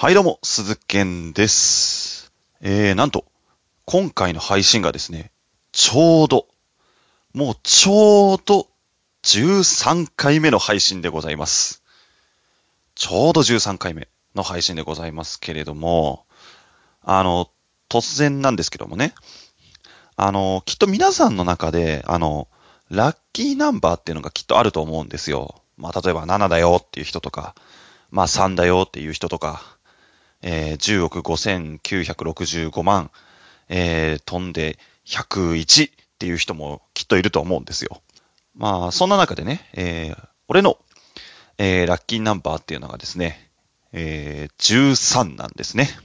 はいどうも、鈴健です。なんと、今回の配信がですね、ちょうど13回目の配信でございます。ちょうど13回目の配信でございますけれども、突然なんですけどもね、きっと皆さんの中で、ラッキーナンバーっていうのがきっとあると思うんですよ。まあ、例えば7だよっていう人とか、まあ3だよっていう人とか、10億5965万、飛んで101っていう人もきっといると思うんですよ。まあ、そんな中でね、俺の、ラッキーナンバーっていうのがですね、13なんですね。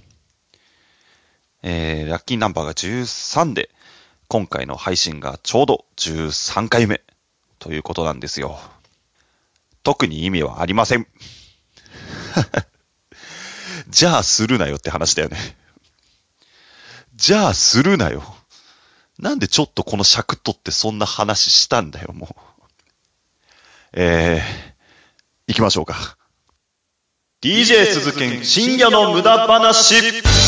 ラッキーナンバーが13で、今回の配信がちょうど13回目ということなんですよ。特に意味はありません。じゃあするなよって話だよね。じゃあするなよ。なんでちょっとこの尺取ってそんな話したんだよ、もう。行きましょうか。DJ 鈴健深夜の無駄話。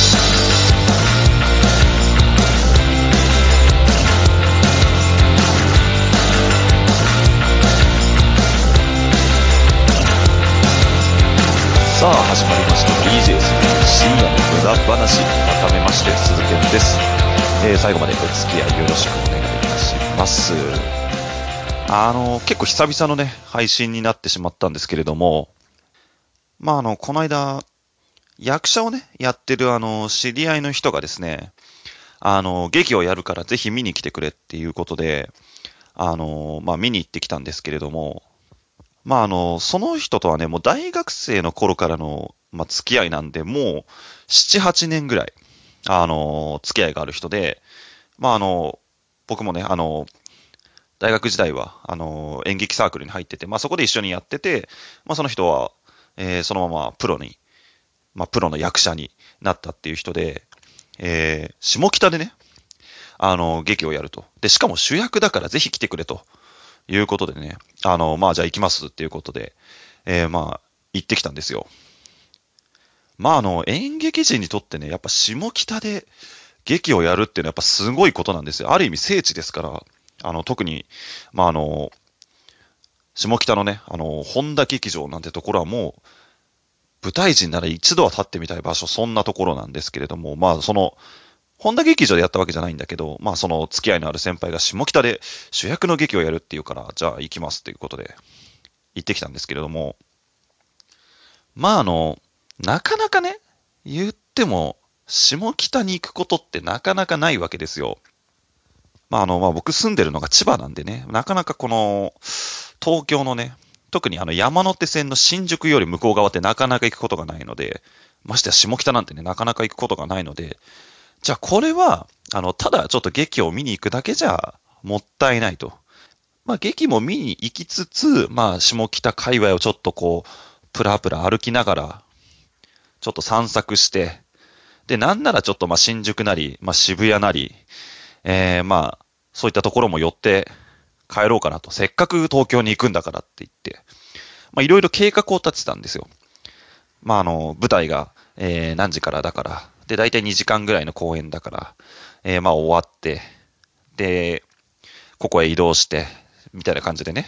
さあ始まりました DJ 鈴健深夜の無駄話。改めまして鈴健です。最後までお付き合いよろしくお願いいたします。結構久々のね、配信になってしまったんですけれども、まあこの間、役者をね、やってる知り合いの人がですね、劇をやるからぜひ見に来てくれっていうことで、まあ見に行ってきたんですけれども、まあその人とはね、もう大学生の頃からの、まあ付き合いなんで、もう7、8年ぐらい、付き合いがある人で、まあ僕もね、大学時代は、演劇サークルに入ってて、まあそこで一緒にやってて、まあその人は、そのままプロの役者になったっていう人で、下北でね、劇をやると。で、しかも主役だからぜひ来てくれということでね、まあじゃあ行きますっていうことで、まあ行ってきたんですよ。まあ演劇人にとってね、やっぱ下北で劇をやるっていうのはやっぱすごいことなんですよ。ある意味聖地ですから、特に、まあ下北のね、本田劇場なんてところはもう、舞台人なら一度は立ってみたい場所、そんなところなんですけれども、まあ本田劇場でやったわけじゃないんだけど、まあその付き合いのある先輩が下北で主役の劇をやるっていうから、じゃあ行きますっていうことで行ってきたんですけれども、まあなかなかね、言っても、下北に行くことってなかなかないわけですよ。まあまあ僕住んでるのが千葉なんでね、なかなかこの、東京のね、特に山手線の新宿より向こう側ってなかなか行くことがないので、ましてや下北なんてね、なかなか行くことがないので、じゃあこれは、ただちょっと劇を見に行くだけじゃもったいないと。まあ劇も見に行きつつ、まあ下北界隈をちょっとこう、プラプラ歩きながら、ちょっと散策して、で、なんならちょっとまあ新宿なり、まあ渋谷なり、まあ、そういったところも寄って帰ろうかなと。せっかく東京に行くんだからって言って、まあいろいろ計画を立ててたんですよ。まあ舞台が、何時からだから、で、大体2時間ぐらいの公演だから、まあ終わって、で、ここへ移動して、みたいな感じでね、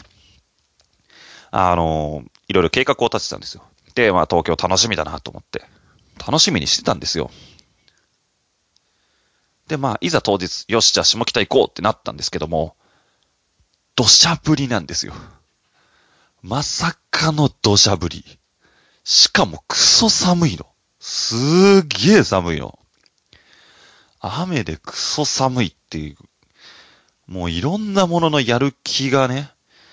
いろいろ計画を立ててたんですよ。で、まあ東京楽しみだなと思って、楽しみにしてたんですよ。で、まあ、いざ当日、よし、じゃあ下北行こうってなったんですけども、土砂降りなんですよ。まさかの土砂降り。しかもクソ寒いの。すーげー寒いの。雨でクソ寒いっていう、もういろんなもののやる気がね、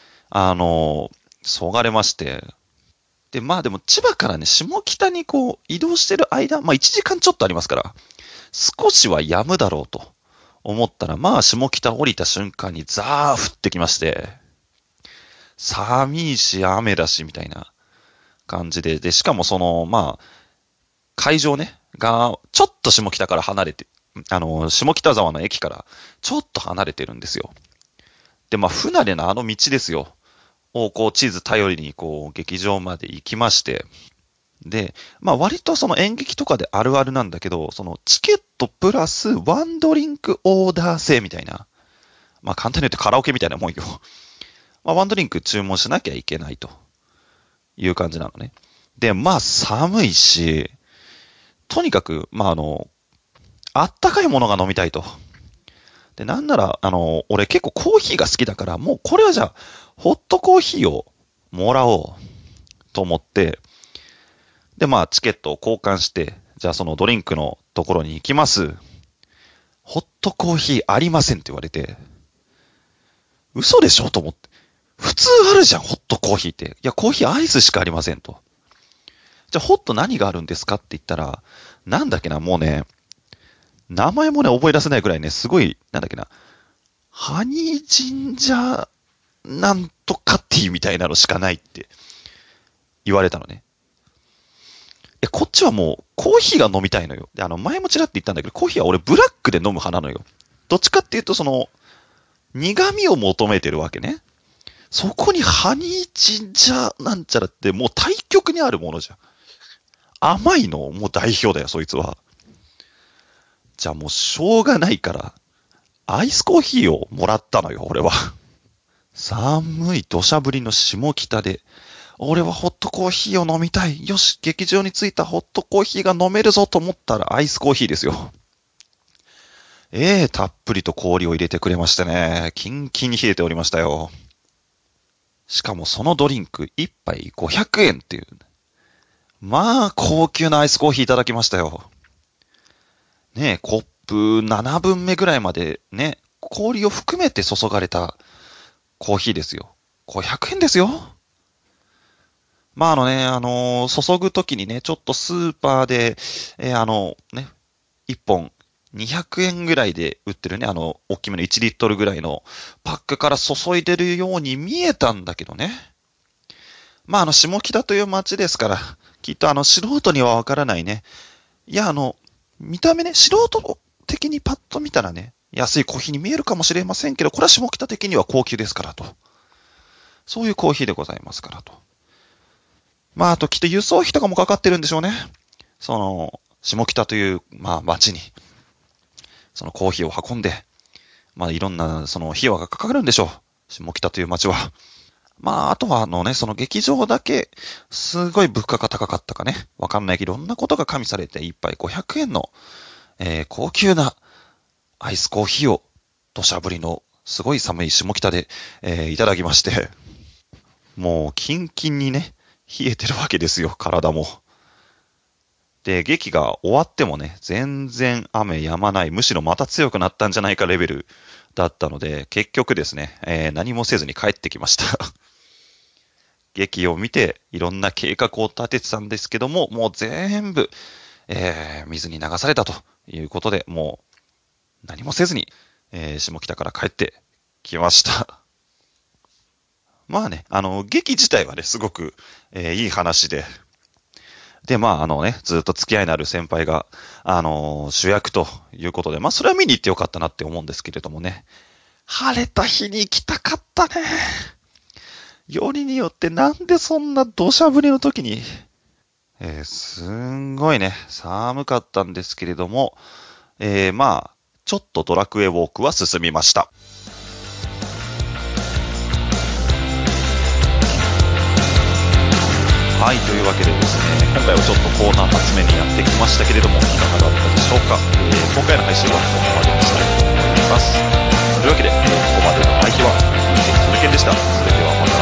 そがれまして。で、まあでも千葉からね、下北にこう移動してる間、まあ1時間ちょっとありますから、少しは止むだろうと思ったら、まあ下北降りた瞬間にザー降ってきまして、寒いし雨だしみたいな感じで、で、しかもまあ、会場ね、が、ちょっと下北から離れて、下北沢の駅からちょっと離れてるんですよ。で、まあ、不慣れなあの道ですよ。を、こう、地図頼りに、こう、劇場まで行きまして、 で、まあ割とその演劇とかであるあるなんだけど、そのチケットプラスワンドリンクオーダー制みたいな。まあ簡単に言うとカラオケみたいなもんよ。まあワンドリンク注文しなきゃいけないという感じなのね。で、まあ寒いし、とにかく、まああったかいものが飲みたいと。で、なんなら、俺結構コーヒーが好きだから、もうこれはじゃあ、ホットコーヒーをもらおうと思って、で、まあ、チケットを交換して、じゃあそのドリンクのところに行きます。ホットコーヒーありませんって言われて、嘘でしょと思って。普通あるじゃん、ホットコーヒーって。いや、コーヒーアイスしかありませんと。じゃあ、ホット何があるんですかって言ったら、なんだっけな、もうね、名前もね、覚え出せないくらいね、すごい、なんだっけな、ハニージンジャーなんとかティーみたいなのしかないって言われたのね。いや、こっちはもうコーヒーが飲みたいのよ。で、前もちらって言ったんだけど、コーヒーは俺ブラックで飲む派なのよ。どっちかっていうと、その、苦味を求めてるわけね。そこにハニージンジャーなんちゃらってもう対極にあるものじゃん。甘いのもう代表だよ、そいつは。じゃあもうしょうがないから、アイスコーヒーをもらったのよ、俺は。寒い土砂降りの下北で、俺はホットコーヒーを飲みたい。よし、劇場に着いたホットコーヒーが飲めるぞと思ったらアイスコーヒーですよ。たっぷりと氷を入れてくれましてね、キンキンに冷えておりましたよ。しかもそのドリンク1杯500円っていう。まあ、高級なアイスコーヒーいただきましたよ。ねえ、コップ7分目ぐらいまでね、氷を含めて注がれたコーヒーですよ。500円ですよ。まあ注ぐときにね、ちょっとスーパーで、1本200円ぐらいで売ってるね、大きめの1リットルぐらいのパックから注いでるように見えたんだけどね。まあ下北という街ですから、きっと素人にはわからないね。いや、見た目ね、素人的にパッと見たらね、安いコーヒーに見えるかもしれませんけど、これは下北的には高級ですからと。そういうコーヒーでございますからと。まあ、あときっと輸送費とかもかかってるんでしょうね。その、下北という、まあ、街に、そのコーヒーを運んで、まあ、いろんな、その、費用がかかるんでしょう。下北という街は。まあ、あとはその劇場だけ、すごい物価が高かったかね。わかんないけど、いろんなことが加味されて、一杯500円の、高級なアイスコーヒーを、土砂降りの、すごい寒い下北で、いただきまして、もう、キンキンにね、冷えてるわけですよ、体も。で、劇が終わってもね、全然雨止まない、むしろまた強くなったんじゃないかレベルだったので、結局ですね、何もせずに帰ってきました。劇を見て、いろんな計画を立ててたんですけども、もう全部、水に流されたということで、もう何もせずに、下北から帰ってきました。まあね、劇自体はね、すごく、いい話で、で、まあずっと付き合いのある先輩が、主役ということで、まあそれは見に行ってよかったなって思うんですけれどもね、晴れた日に行きたかったね。よりによってなんでそんな土砂降りの時に、すんごいね、寒かったんですけれども、まあ、ちょっとドラクエウォークは進みました。はい、というわけでですね、今回はちょっとコーナー厚めにやってきましたけれども、いかがだったでしょうか。今回の配信はここまでにしたいと思います。というわけで、ここまでの相手は、鈴木でした。それではまた。